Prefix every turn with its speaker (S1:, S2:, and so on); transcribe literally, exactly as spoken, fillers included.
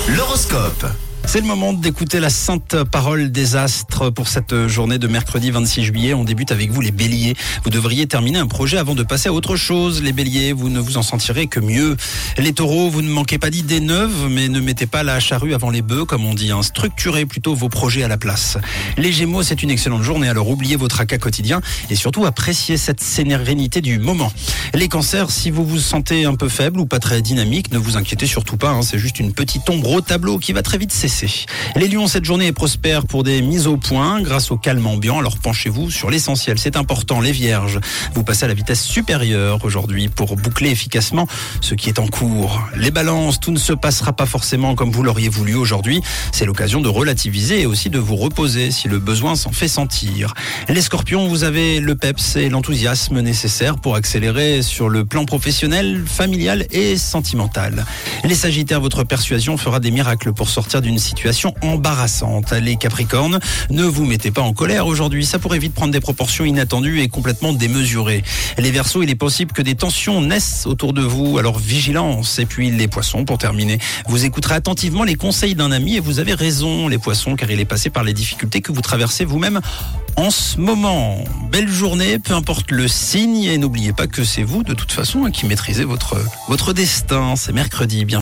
S1: L'horoscope.
S2: C'est le moment d'écouter la sainte parole des astres pour cette journée de mercredi vingt-six juillet. On débute avec vous les béliers. Vous devriez terminer un projet avant de passer à autre chose. Les béliers, vous ne vous en sentirez que mieux. Les taureaux, vous ne manquez pas d'idées neuves, mais ne mettez pas la charrue avant les bœufs, comme on dit. Hein. Structurez plutôt vos projets à la place. Les gémeaux, c'est une excellente journée, alors oubliez vos tracas quotidiens et surtout appréciez cette sérénité du moment. Les cancers, si vous vous sentez un peu faible ou pas très dynamique, ne vous inquiétez surtout pas. Hein. C'est juste une petite ombre au tableau qui va très vite cesser. Les lions, cette journée est prospère pour des mises au point grâce au calme ambiant, alors penchez-vous sur l'essentiel, c'est important. Les vierges, vous passez à la vitesse supérieure aujourd'hui pour boucler efficacement ce qui est en cours. Les balances, tout ne se passera pas forcément comme vous l'auriez voulu aujourd'hui, c'est l'occasion de relativiser et aussi de vous reposer si le besoin s'en fait sentir. Les scorpions, vous avez le peps et l'enthousiasme nécessaires pour accélérer sur le plan professionnel, familial et sentimental. Les sagittaires, votre persuasion fera des miracles pour sortir d'une situation embarrassante. Les capricornes, ne vous mettez pas en colère aujourd'hui, ça pourrait vite prendre des proportions inattendues et complètement démesurées. Les verseaux, il est possible que des tensions naissent autour de vous, alors vigilance. Et puis les poissons, pour terminer, vous écouterez attentivement les conseils d'un ami et vous avez raison les poissons, car il est passé par les difficultés que vous traversez vous-même en ce moment. Belle journée, peu importe le signe, et n'oubliez pas que c'est vous de toute façon qui maîtrisez votre, votre destin. C'est mercredi, bien